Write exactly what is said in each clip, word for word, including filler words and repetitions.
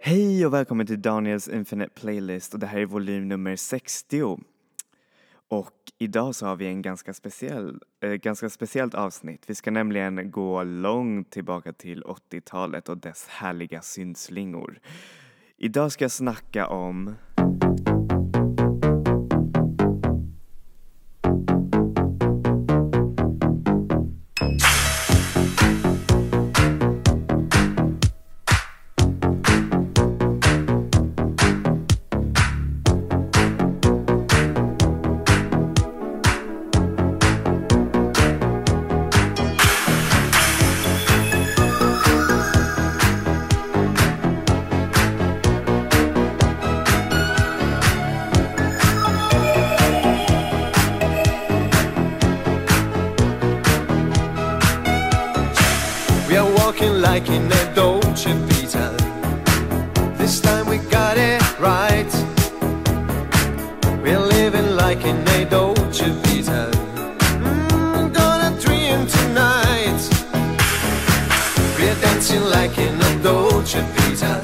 Hej och välkommen till Daniels Infinite Playlist och det här är volym nummer sextio. Och idag så har vi en ganska speciell, eh, ganska speciellt avsnitt. Vi ska nämligen gå långt tillbaka till åttiotalet och dess härliga syntslingor. Idag ska jag snacka om... Like in a Dolce Vita, this time we got it right. We're living like in a Dolce Vita, mm, gonna dream tonight. We're dancing like in a Dolce Vita.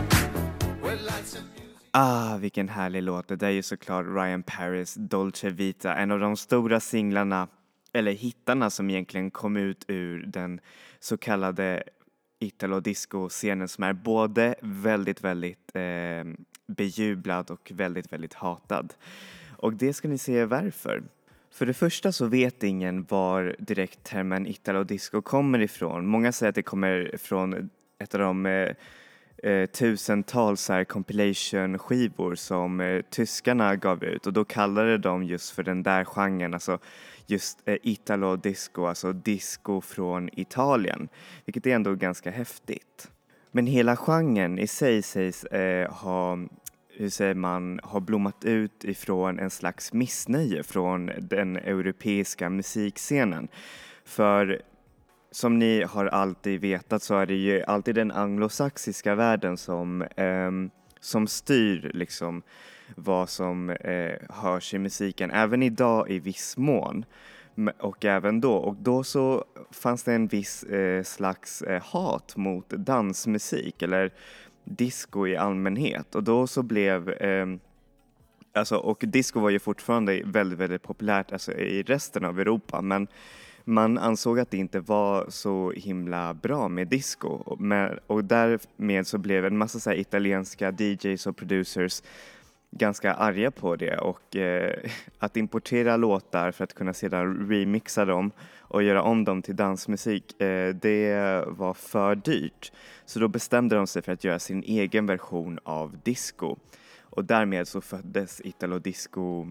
Ah, vilken härlig låt. Det är ju såklart Ryan Paris Dolce Vita, en av de stora singlarna, eller hittarna som egentligen kom ut ur den så kallade Italo-disco-scenen som är både väldigt, väldigt eh, bejublad och väldigt, väldigt hatad. Och det ska ni se varför. För det första så vet ingen var direkt termen Italo-disco kommer ifrån. Många säger att det kommer från ett av de eh, eh, tusentals här compilation-skivor som eh, tyskarna gav ut. Och då kallade de just för den där genren, alltså just eh, Italo-disco, alltså disco från Italien. Vilket är ändå ganska häftigt. Men hela genren i sig sägs eh, ha, hur säger man, ha blommat ut ifrån en slags missnöje från den europeiska musikscenen. För som ni har alltid vetat så är det ju alltid den anglosaxiska världen som, eh, som styr liksom vad som eh, hörs i musiken. Även idag i viss mån. Och även då. Och då så fanns det en viss eh, slags eh, hat mot dansmusik eller disco i allmänhet. Och då så blev... Eh, alltså, och disco var ju fortfarande väldigt, väldigt populärt alltså, i resten av Europa. Men man ansåg att det inte var så himla bra med disco. Och, med, och därmed så blev en massa så här, italienska D Js och producers ganska arga på det, och eh, att importera låtar för att kunna sedan remixa dem och göra om dem till dansmusik, eh, det var för dyrt. Så då bestämde de sig för att göra sin egen version av disco. Och därmed så föddes Italo-disco,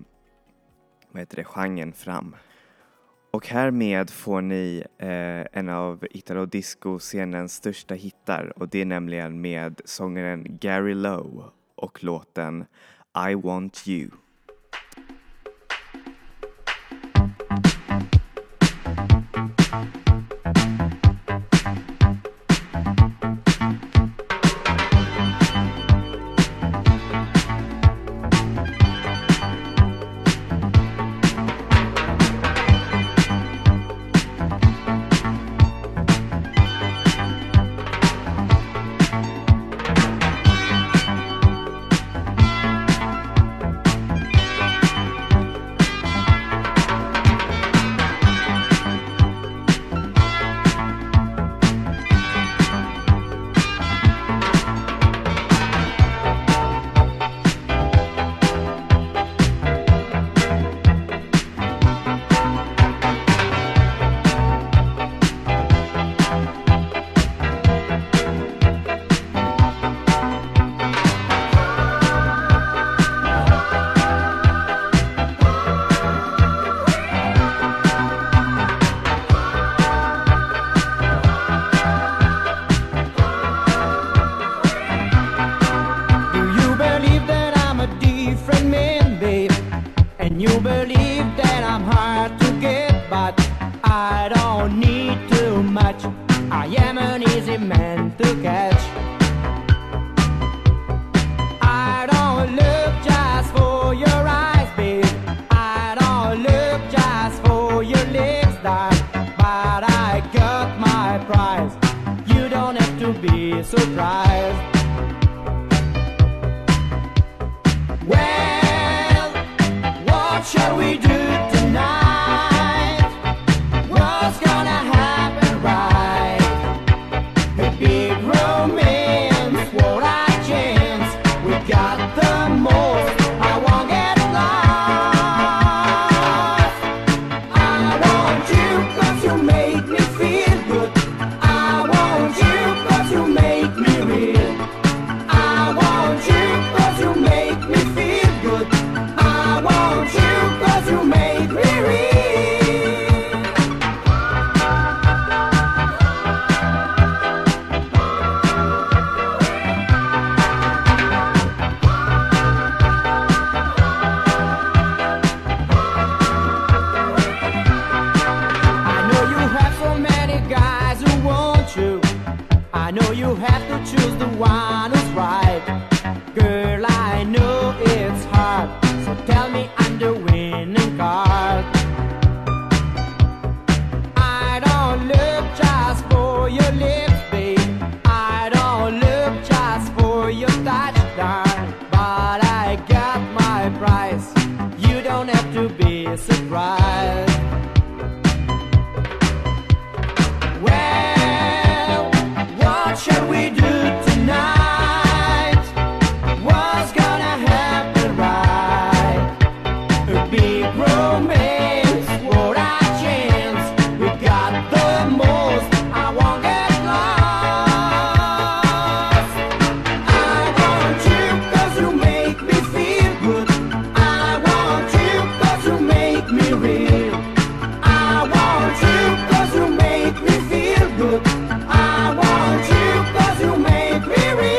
vad heter det, genren fram. Och härmed får ni eh, en av Italo-disco-scenens största hittar, och det är nämligen med sångaren Gary Lowe och låten I Want You. be surprised. one who's right. Girl, I know it's hard, so tell me I'm the winning card. I don't look just for your lips, babe. I don't look just for your touchdown, but I got my prize. You don't have to be surprised. Well, what shall we do tonight? What's gonna happen, right? A big romance, what a chance. We got the most, I won't get lost. I want you cause you make me feel good. I want you cause you make me real. I want you cause you make me feel good. I want you cause you make me real.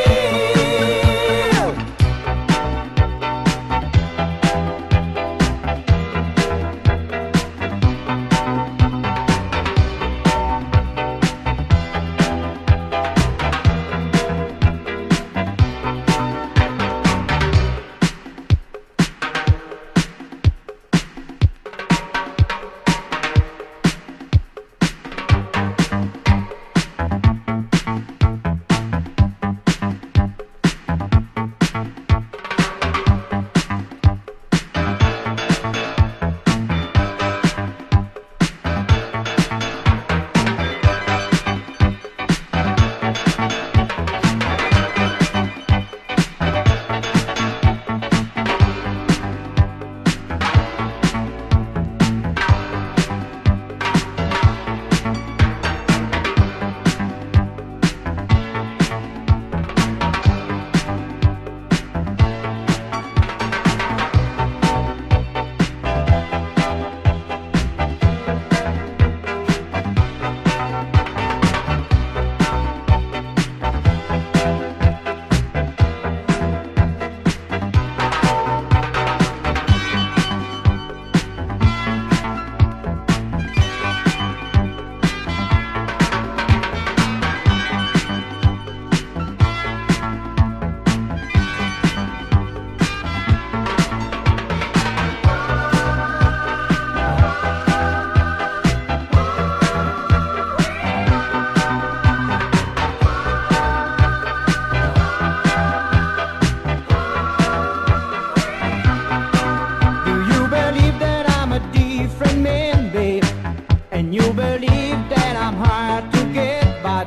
Do you believe that I'm a different man, babe? And you believe that I'm hard to get, but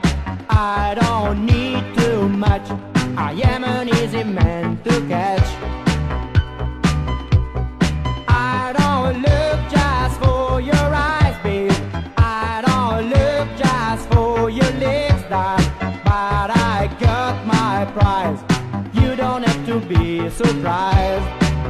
I don't need too much. I am an easy man to catch. I don't look just for your eyes, babe. I don't look just for your lips, darling. But I got my prize. You don't have to be surprised.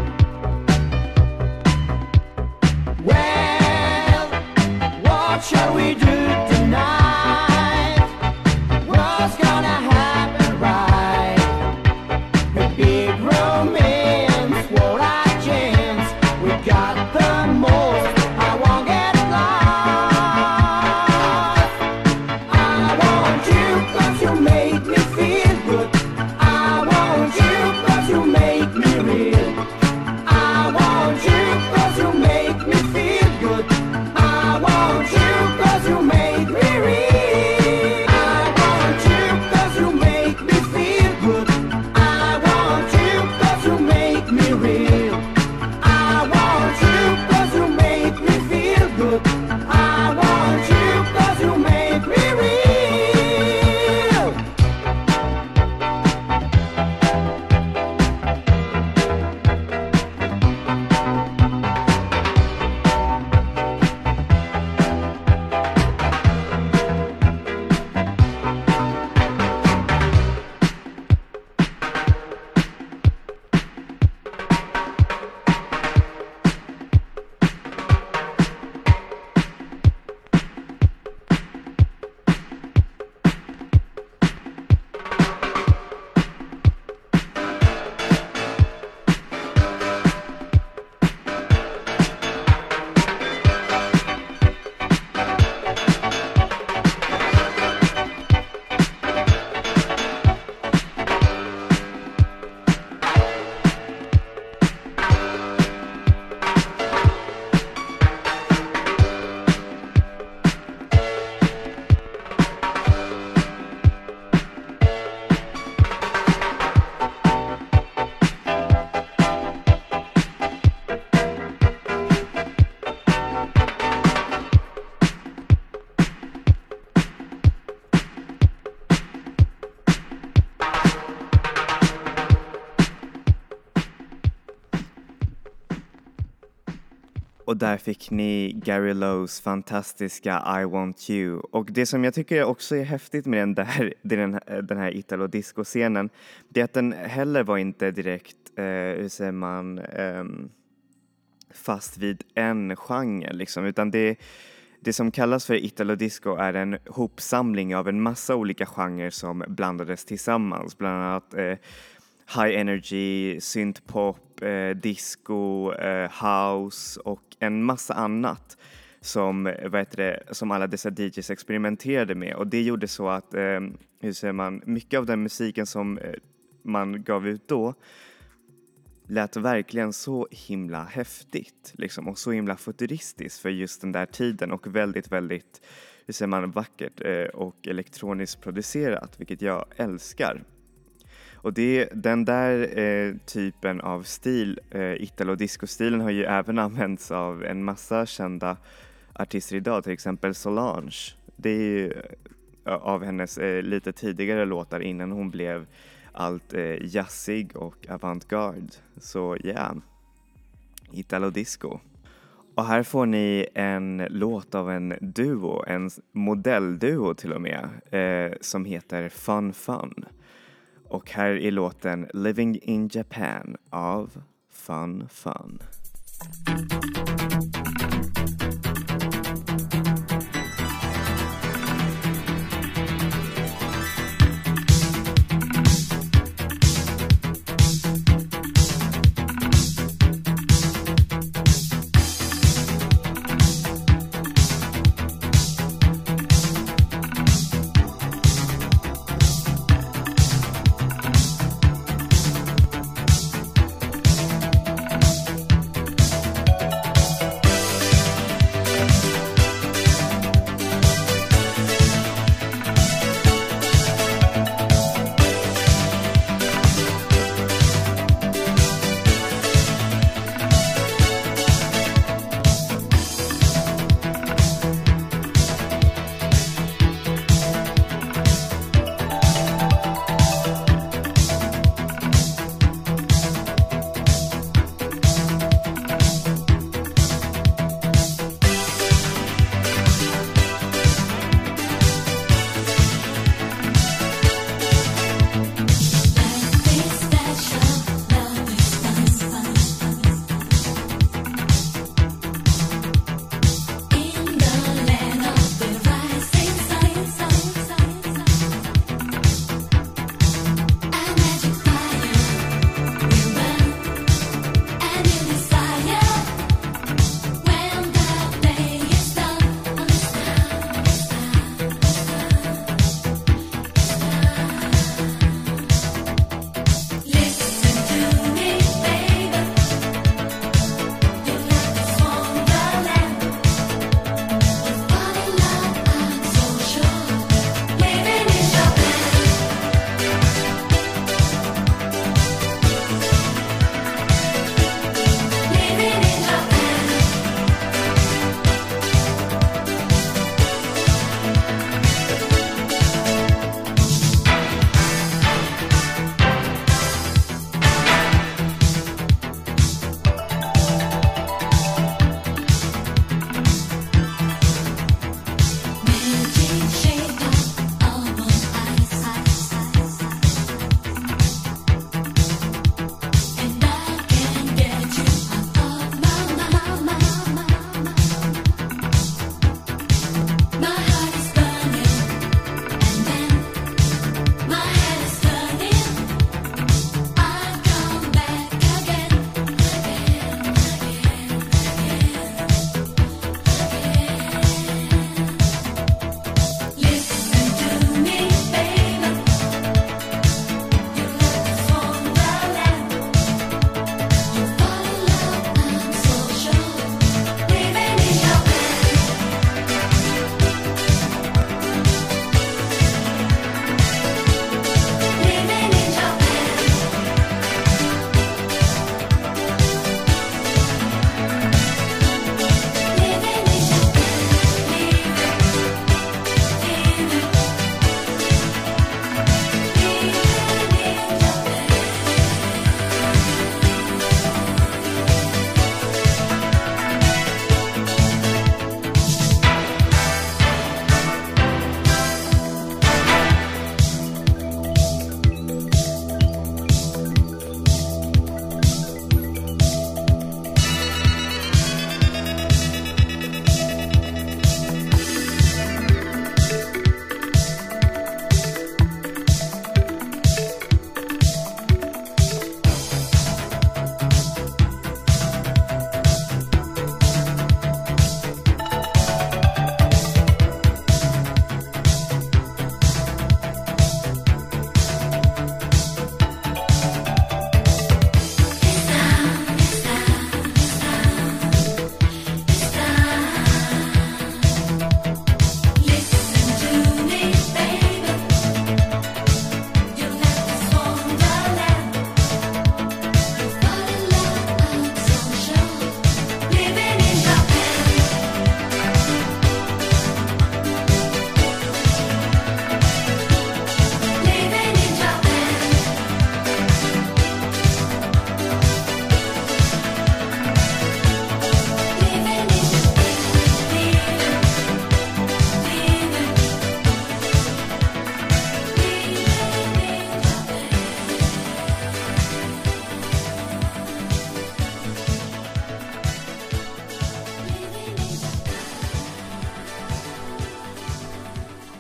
Well, what shall we do tonight? What's gonna happen, right? A big romance, what a chance. We got the most, I won't get lost. I want you cause you make me feel good. I want you cause you make me real. I want you cause you make me feel good. I want you cause you make Och där fick ni Gary Lowe's fantastiska I Want You. Och det som jag tycker också är häftigt med den, där, den, den här Italo-disco-scenen, det är att den heller var inte direkt, eh, hur säger man, eh, fast vid en genre liksom, utan det, det som kallas för Italo-disco är en hopsamling av en massa olika genrer som blandades tillsammans, bland annat eh, high energy, synthpop, eh, disco, eh, house och en massa annat som, vad heter det, som alla dessa D Js experimenterade med. Och det gjorde så att, eh, hur säger man, mycket av den musiken som eh, man gav ut då lät verkligen så himla häftigt liksom, och så himla futuristiskt för just den där tiden, och väldigt, väldigt, hur säger man, vackert eh, och elektroniskt producerat, vilket jag älskar. Och det, den där eh, typen av stil, eh, Italo-disco-stilen, har ju även använts av en massa kända artister idag, till exempel Solange. Det är ju eh, av hennes eh, lite tidigare låtar innan hon blev allt eh, jazzig och avantgarde. Så ja, yeah. Italo-disco. Och här får ni en låt av en duo, en modellduo till och med, eh, som heter Fun Fun. Och här är låten Living in Japan av Fun Fun.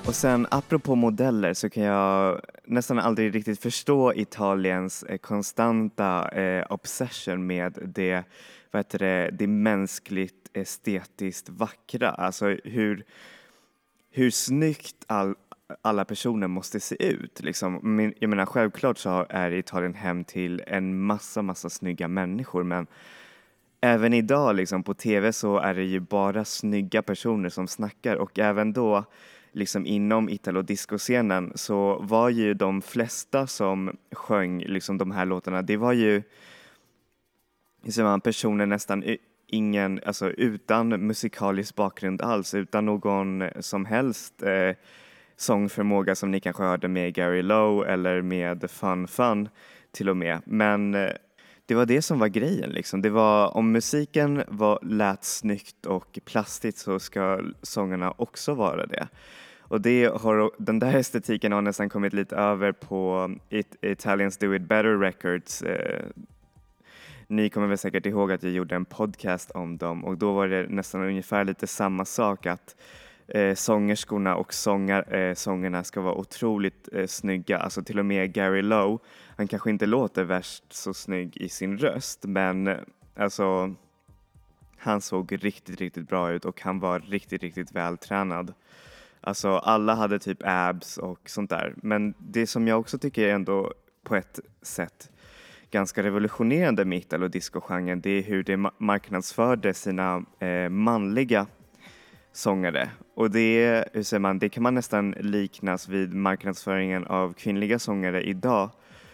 Och sen apropå modeller så kan jag nästan aldrig riktigt förstå Italiens eh, konstanta eh, obsession med det, vad heter det, det mänskligt estetiskt vackra. Alltså hur, hur snyggt all, alla personer måste se ut. Liksom. Men, jag menar, självklart så är Italien hem till en massa, massa snygga människor, men även idag liksom, på tv så är det ju bara snygga personer som snackar, och även då liksom inom Italo-disco-scenen så var ju de flesta som sjöng liksom de här låtarna, det var ju liksom, personer nästan ingen, alltså utan musikalisk bakgrund alls, utan någon som helst eh, sångförmåga, som ni kanske hörde med Gary Lowe eller med Fun Fun till och med. Men eh, det var det som var grejen liksom. Det var, om musiken var, lät snyggt och plastigt, så ska sångerna också vara det. Och det har, den där estetiken har nästan kommit lite över på It, Italians Do It Better Records. Eh, ni kommer väl säkert ihåg att jag gjorde en podcast om dem, och då var det nästan ungefär lite samma sak, att eh, sångerskorna och sångar, eh, sångerna ska vara otroligt eh, snygga. Alltså till och med Gary Lowe, han kanske inte låter värst så snygg i sin röst, men eh, alltså han såg riktigt, riktigt bra ut, och han var riktigt, riktigt vältränad. Alltså alla hade typ abs och sånt där. Men det som jag också tycker är ändå på ett sätt ganska revolutionerande med Italo disco-genren, det är hur det marknadsförde sina eh, manliga sångare. Och det, hur säger man, det kan man nästan liknas vid marknadsföringen av kvinnliga sångare idag,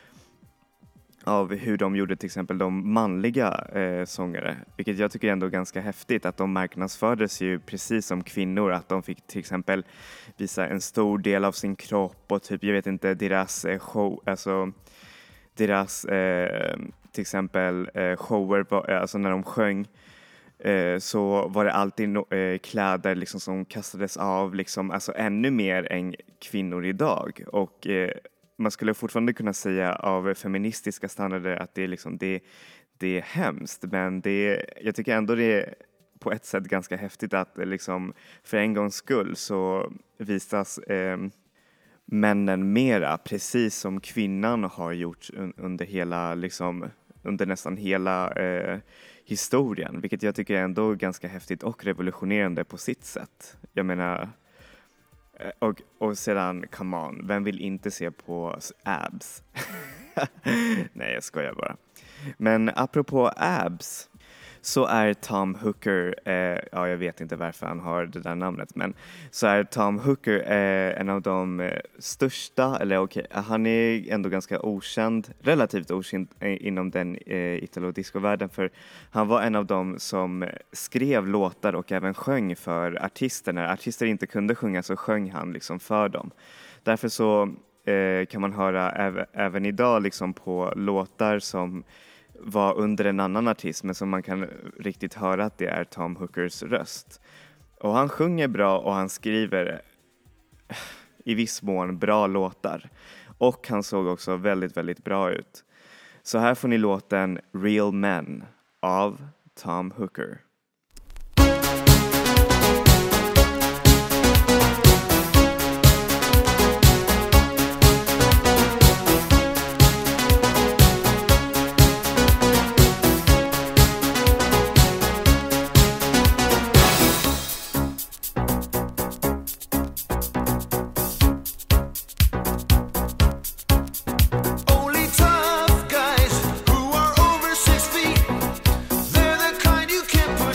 av hur de gjorde till exempel de manliga eh, sångare. Vilket jag tycker är ändå ganska häftigt, att de marknadsfördes ju precis som kvinnor, att de fick till exempel visa en stor del av sin kropp, och typ, jag vet inte, deras eh, show, alltså deras eh, till exempel eh, shower, alltså när de sjöng, eh, så var det alltid no- eh, kläder liksom som kastades av, liksom, alltså ännu mer än kvinnor idag. Och eh, man skulle fortfarande kunna säga av feministiska standarder att det är, liksom, det, det är hemskt, men det, jag tycker ändå det är på ett sätt ganska häftigt att liksom, för en gångs skull så visas eh, männen mera, precis som kvinnan har gjort under hela, liksom, under nästan hela eh, historien, vilket jag tycker är ändå ganska häftigt och revolutionerande på sitt sätt. Jag menar, och, och sedan, come on, vem vill inte se på abs? Nej, jag skojar bara. Men apropå abs, så är Tom Hooker, eh, ja jag vet inte varför han har det där namnet, men så är Tom Hooker eh, en av de eh, största, eller okej, okay, han är ändå ganska okänd, relativt okänd eh, inom den eh, Italo-disco-världen, för han var en av dem som skrev låtar och även sjöng för artister. När artister inte kunde sjunga så sjöng han liksom för dem. Därför så eh, kan man höra äv- även idag liksom på låtar som var under en annan artist, men som man kan riktigt höra att det är Tom Hookers röst. Och han sjunger bra, och han skriver i viss mån bra låtar. Och han såg också väldigt, väldigt bra ut. Så här får ni låten Real Men av Tom Hooker. Only tough guys who are over six feet. They're the kind you can't put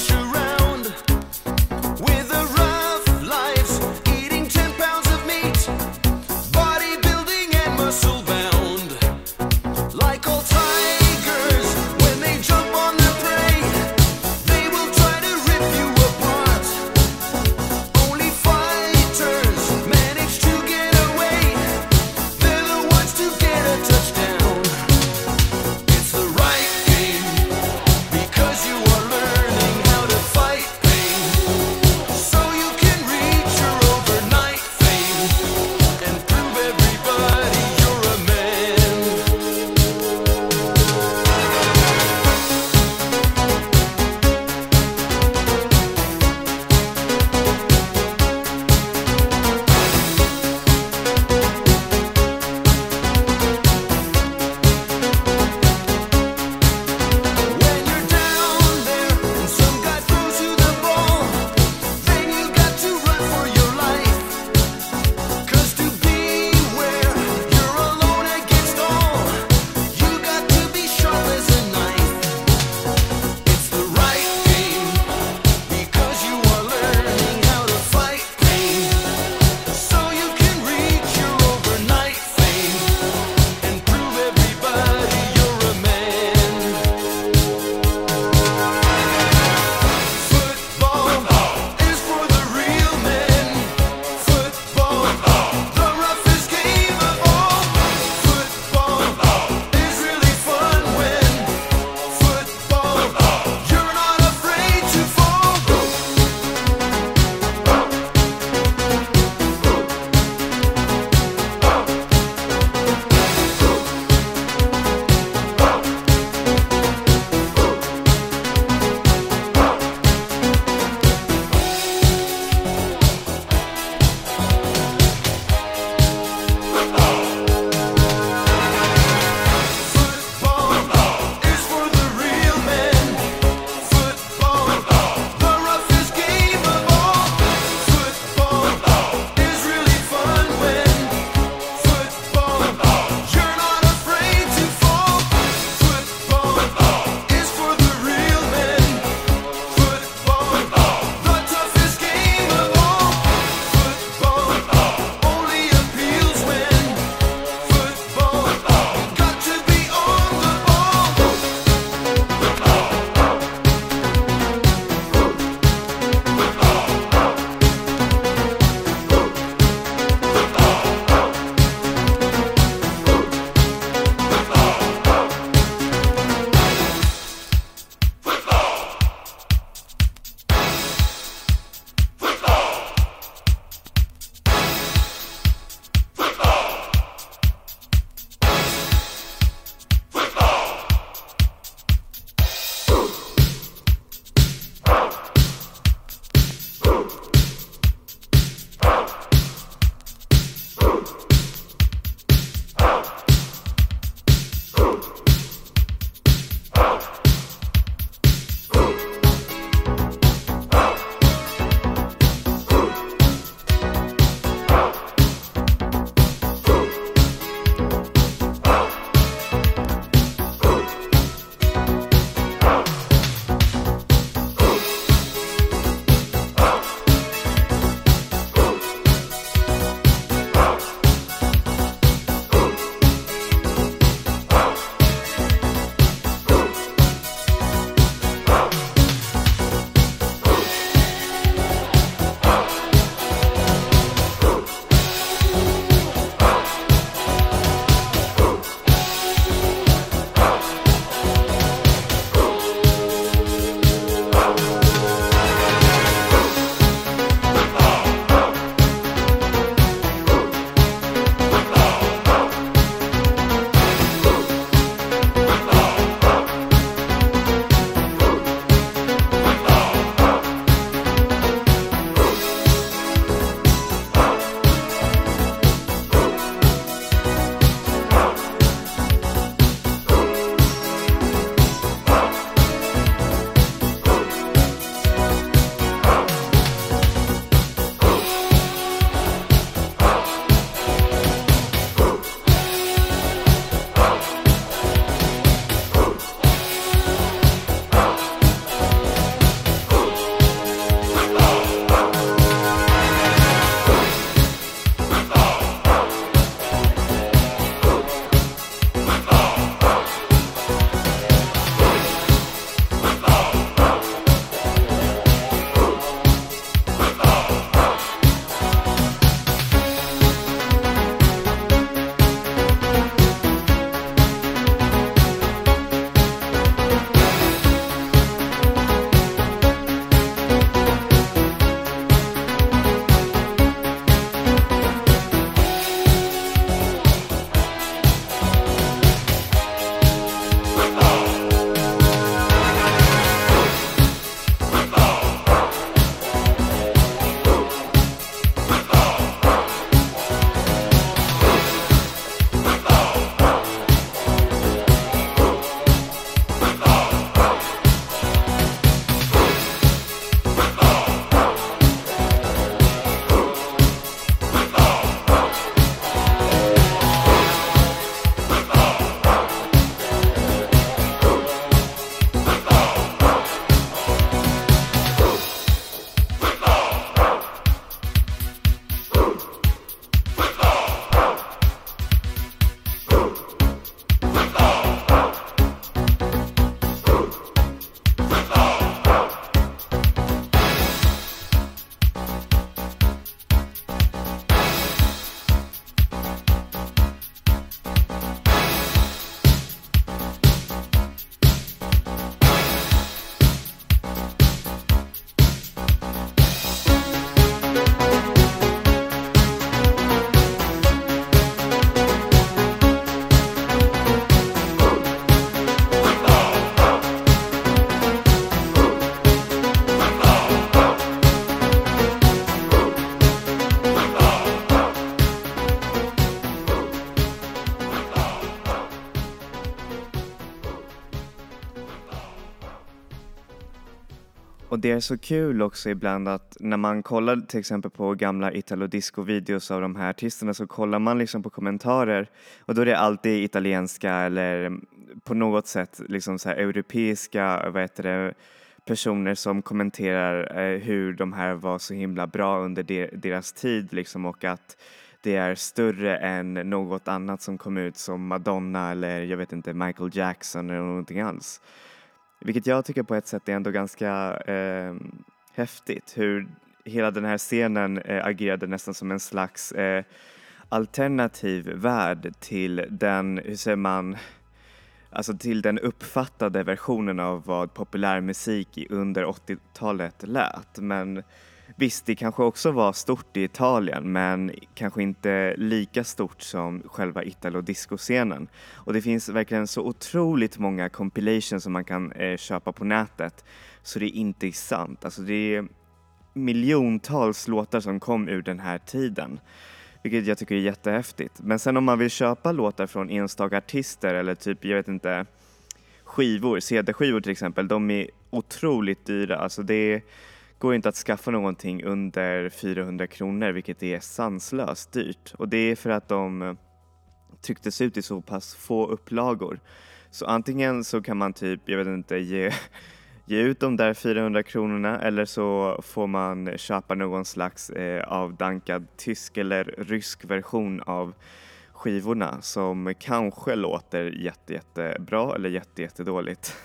Och det är så kul också ibland att när man kollar till exempel på gamla Italo-disco-videos av de här artisterna så kollar man liksom på kommentarer och då är det alltid italienska eller på något sätt liksom så här europeiska, vad heter det, personer som kommenterar eh, hur de här var så himla bra under de, deras tid liksom, och att det är större än något annat som kom ut som Madonna eller jag vet inte Michael Jackson eller någonting alls. Vilket jag tycker på ett sätt är ändå ganska eh, häftigt. Hur hela den här scenen eh, agerade nästan som en slags eh, alternativ värld till den, hur säger man, alltså till den uppfattade versionen av vad populärmusik i under åttiotalet lät. Men visst, det kanske också var stort i Italien men kanske inte lika stort som själva Italo-disco-scenen. Och det finns verkligen så otroligt många compilations som man kan eh, köpa på nätet så det är inte sant. Alltså det är miljontals låtar som kom ur den här tiden. Vilket jag tycker är jättehäftigt. Men sen om man vill köpa låtar från enstaka artister eller typ, jag vet inte, skivor, C D-skivor till exempel, de är otroligt dyra. Alltså det går inte att skaffa någonting under fyrahundra kronor, vilket är sanslöst dyrt. Och det är för att de trycktes ut i så pass få upplagor. Så antingen så kan man typ, jag vet inte, ge, ge ut de där fyrahundra kronorna eller så får man köpa någon slags eh, avdankad tysk eller rysk version av skivorna som kanske låter jätte, jättebra eller jätte, jättedåligt.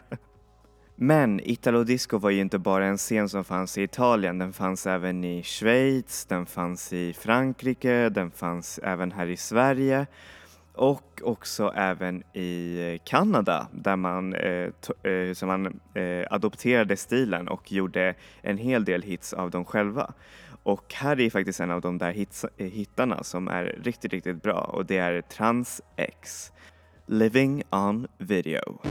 Men Italo-disco var ju inte bara en scen som fanns i Italien, den fanns även i Schweiz, den fanns i Frankrike, den fanns även här i Sverige och också även i Kanada där man, eh, to- eh, som man eh, adopterade stilen och gjorde en hel del hits av dem själva. Och här är faktiskt en av de där hits, eh, hittarna som är riktigt, riktigt bra och det är Trans X, Living on Video.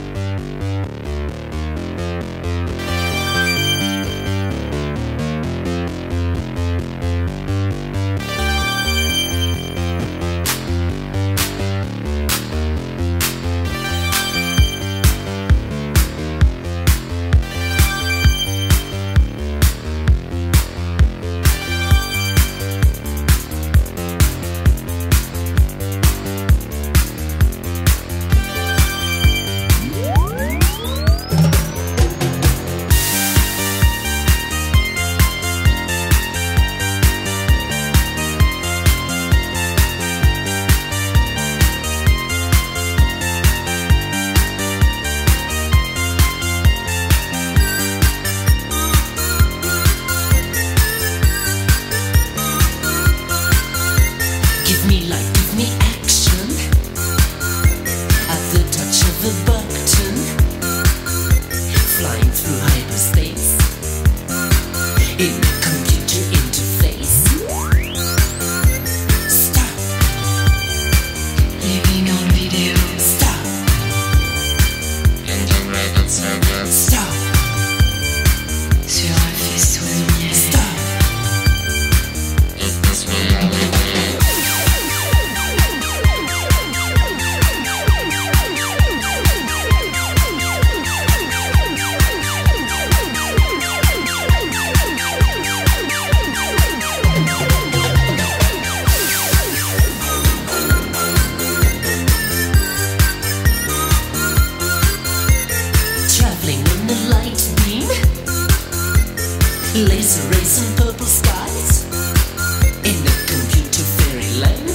Laser racing purple skies in a computer fairyland.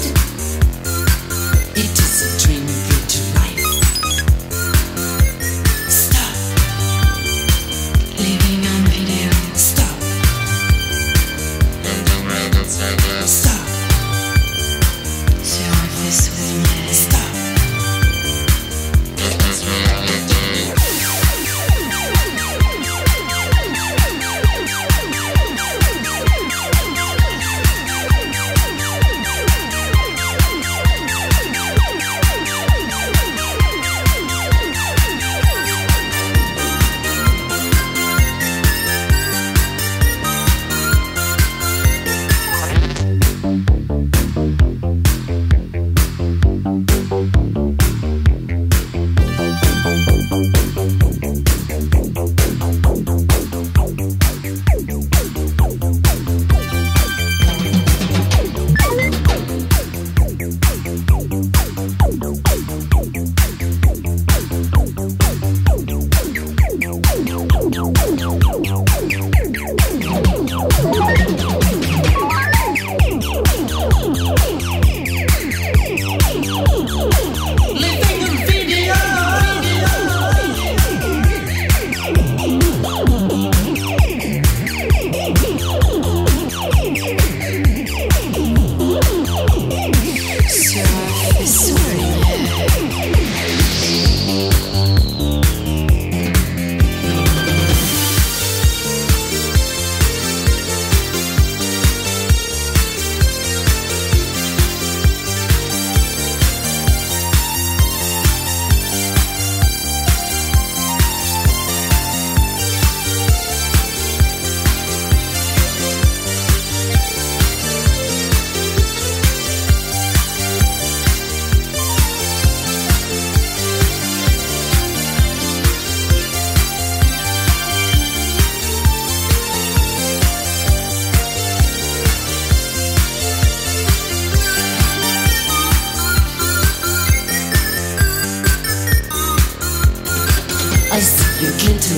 It is a dream brought to life. Stop living on video. Stop. Stop. Sur un vaisseau de miel. Stop.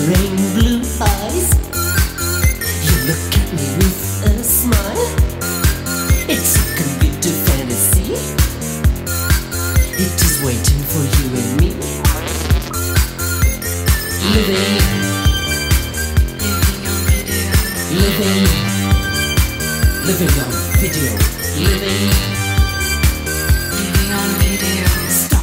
rain blue eyes. You look at me with a smile. It's a computer fantasy. It is waiting for you and me. Living, living, living on video, living, living on video. Stop.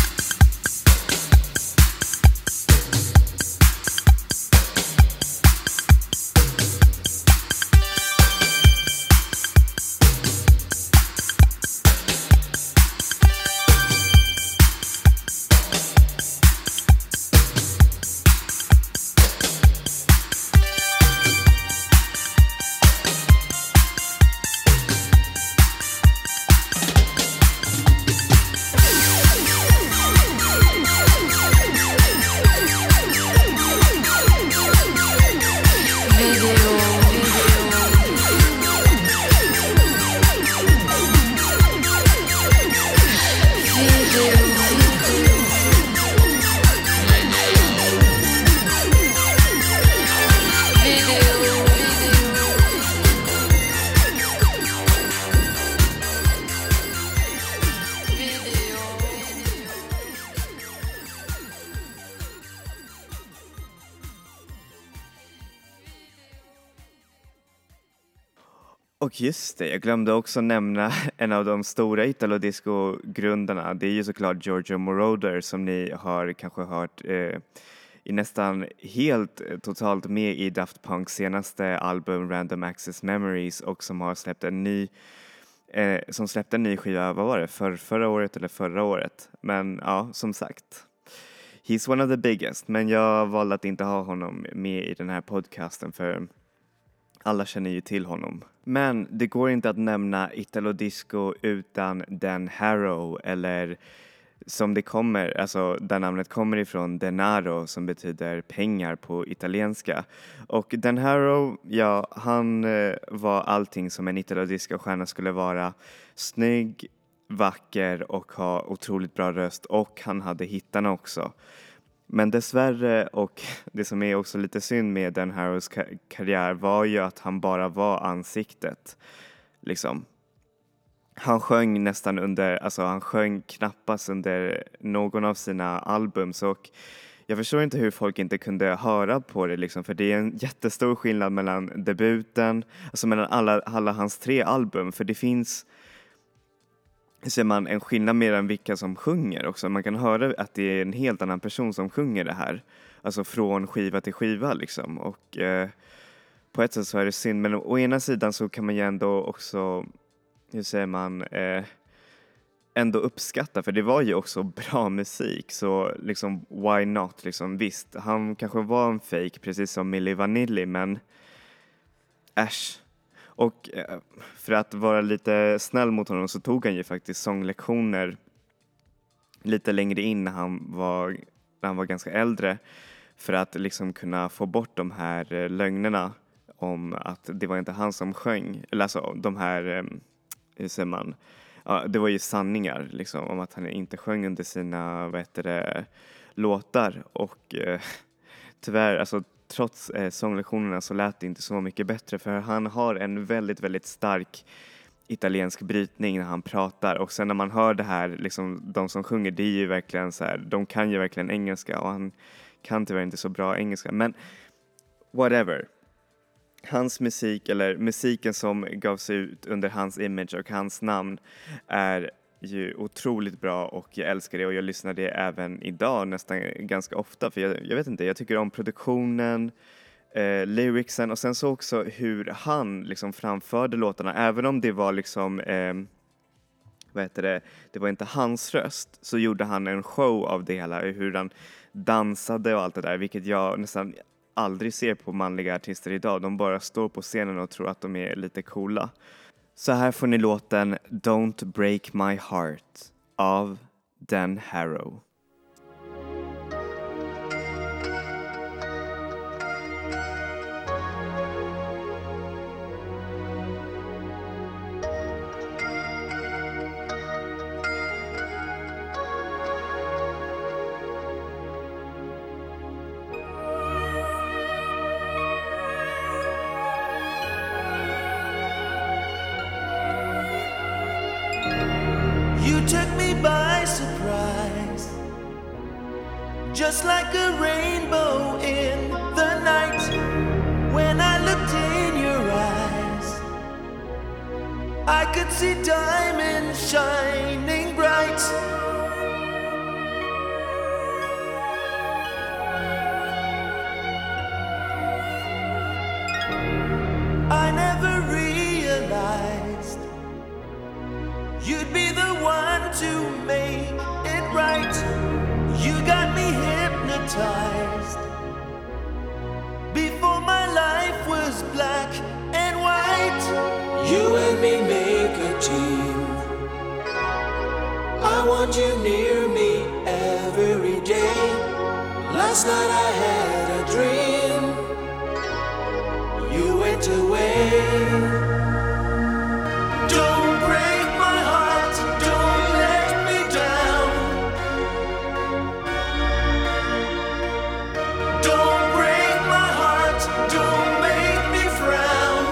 Och just det, jag glömde också nämna en av de stora Italo-disco-grundarna. Det är ju såklart Giorgio Moroder som ni har kanske hört eh, i nästan helt eh, totalt med i Daft Punks senaste album Random Access Memories och som har släppt en ny eh, som släppte en ny skiva, vad var det, för förra året eller förra året. Men ja, som sagt. He's one of the biggest, men jag valde att inte ha honom med i den här podcasten för alla känner ju till honom. Men det går inte att nämna Italo Disco utan Dan Harrow, eller som det kommer, alltså där namnet kommer ifrån, denaro, som betyder pengar på italienska. Och Dan Harrow, ja, han eh, var allting som en Italo Disco-stjärna skulle vara. Snygg, vacker och ha otroligt bra röst, och han hade hittarna också. Men dessvärre, och det som är också lite synd med Dan Harrows ka- karriär var ju att han bara var ansiktet. Liksom. Han sjöng nästan under, alltså han sjöng knappast under någon av sina album, och jag förstår inte hur folk inte kunde höra på det liksom, för det är en jättestor skillnad mellan debuten, alltså mellan alla, alla hans tre album, för det finns, ser man, en skillnad mellan vilka som sjunger också. Man kan höra att det är en helt annan person som sjunger det här. Alltså från skiva till skiva liksom. Och eh, på ett sätt så är det synd. Men å ena sidan så kan man ju ändå också, hur säger man, eh, ändå uppskatta. För det var ju också bra musik. Så liksom, why not? Liksom, visst, han kanske var en fake precis som Milli Vanilli. Men äsch. Och för att vara lite snäll mot honom så tog han ju faktiskt sånglektioner lite längre in när han var, när han var ganska äldre, för att liksom kunna få bort de här lögnerna om att det var inte han som sjöng. Eller alltså de här, hur säger man, ja, det var ju sanningar liksom, om att han inte sjöng under sina, vad heter det, låtar. Och eh, tyvärr, alltså trots eh, sånglektionerna så lät det inte så mycket bättre, för han har en väldigt, väldigt stark italiensk brytning när han pratar, och sen när man hör det här, liksom de som sjunger, det är ju verkligen så här, de kan ju verkligen engelska, och han kan tyvärr inte så bra engelska, men whatever. Hans musik, eller musiken som gavs ut under hans image och hans namn, är ju otroligt bra, och jag älskar det, och jag lyssnar det även idag nästan ganska ofta, för jag, jag vet inte, jag tycker om produktionen, eh, lyricsen, och sen så också hur han liksom framförde låtarna, även om det var liksom eh, vad heter det, det var inte hans röst, så gjorde han en show av det hela, hur han dansade och allt det där, vilket jag nästan aldrig ser på manliga artister idag. De bara står på scenen och tror att de är lite coola. Så här får ni låten Don't Break My Heart av Dan Harrow. You took me by surprise, just like a rainbow in the night. When I looked in your eyes, I could see diamonds shining bright. I never realized you'd be the one to make it right. You got me hypnotized before my life was black and white. You and me make a team. I want you near me every day. Last night I had a dream. You went away. Don't break my heart, don't let me down. Don't break my heart, don't make me frown.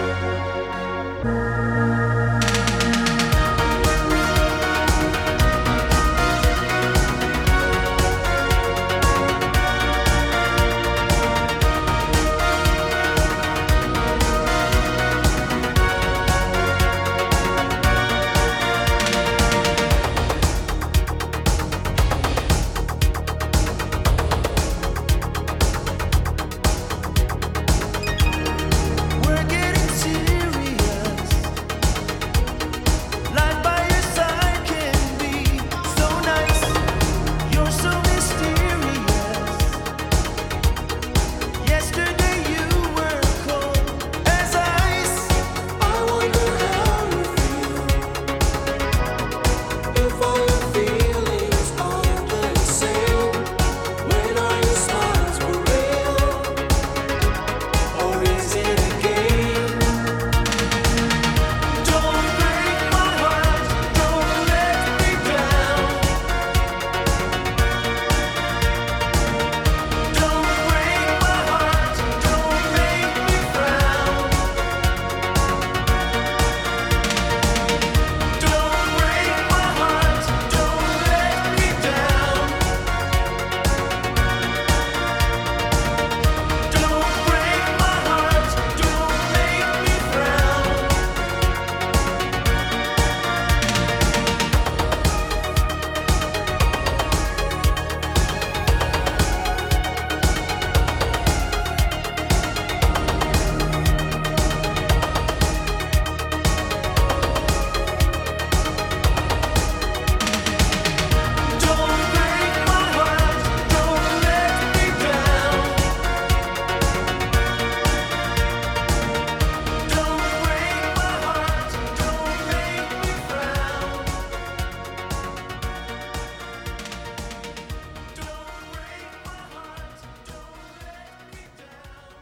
We're getting serious. Life by your side can be so nice. You're so mysterious. Yesterday you were cold as ice. I wonder how you feel. If all your feelings are the same. When are your smiles for real? Or is it a game? Don't break my heart, don't let me down. Don't break my heart, don't make me frown. Don't break my heart, don't let me down. Don't break my heart, don't make me frown. Don't break my heart, don't let me down. Don't break my heart, don't make me frown. Don't break my heart, don't let me down.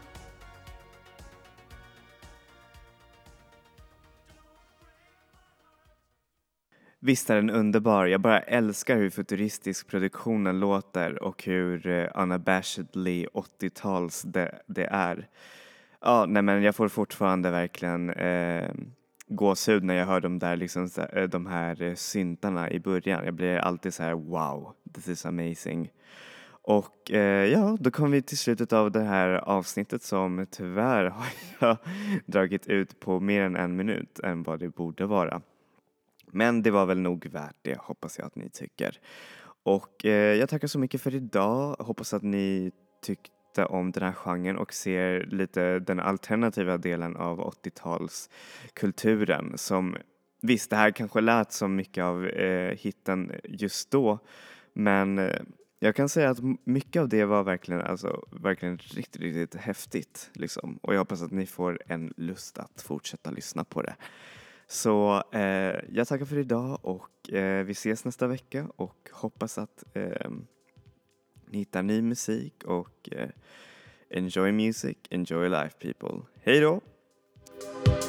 Visst är den underbar. Jag bara älskar hur futuristisk produktionen låter och hur eh, unabashedly åttio-tals det, det är. Ja, nej men jag får fortfarande verkligen eh, gåshud när jag hör de där liksom, så- eh, de här eh, syntarna i början. Jag blir alltid så här: wow, this is amazing. Och eh, ja, då kom vi till slutet av det här avsnittet som tyvärr har jag dragit ut på mer än en minut än vad det borde vara. Men det var väl nog värt det, hoppas jag att ni tycker. Och eh, jag tackar så mycket för idag. Hoppas att ni tyckte om den här genren och ser lite den alternativa delen av åttio-talskulturen. Som, visst, det här kanske lät som mycket av eh, hitten just då. Men eh, jag kan säga att m- mycket av det var verkligen, alltså, verkligen riktigt, riktigt häftigt. Liksom. Och jag hoppas att ni får en lust att fortsätta lyssna på det. Så eh, jag tackar för idag och eh, vi ses nästa vecka och hoppas att eh, ni hittar ny musik och eh, enjoy music, enjoy life people. Hej då!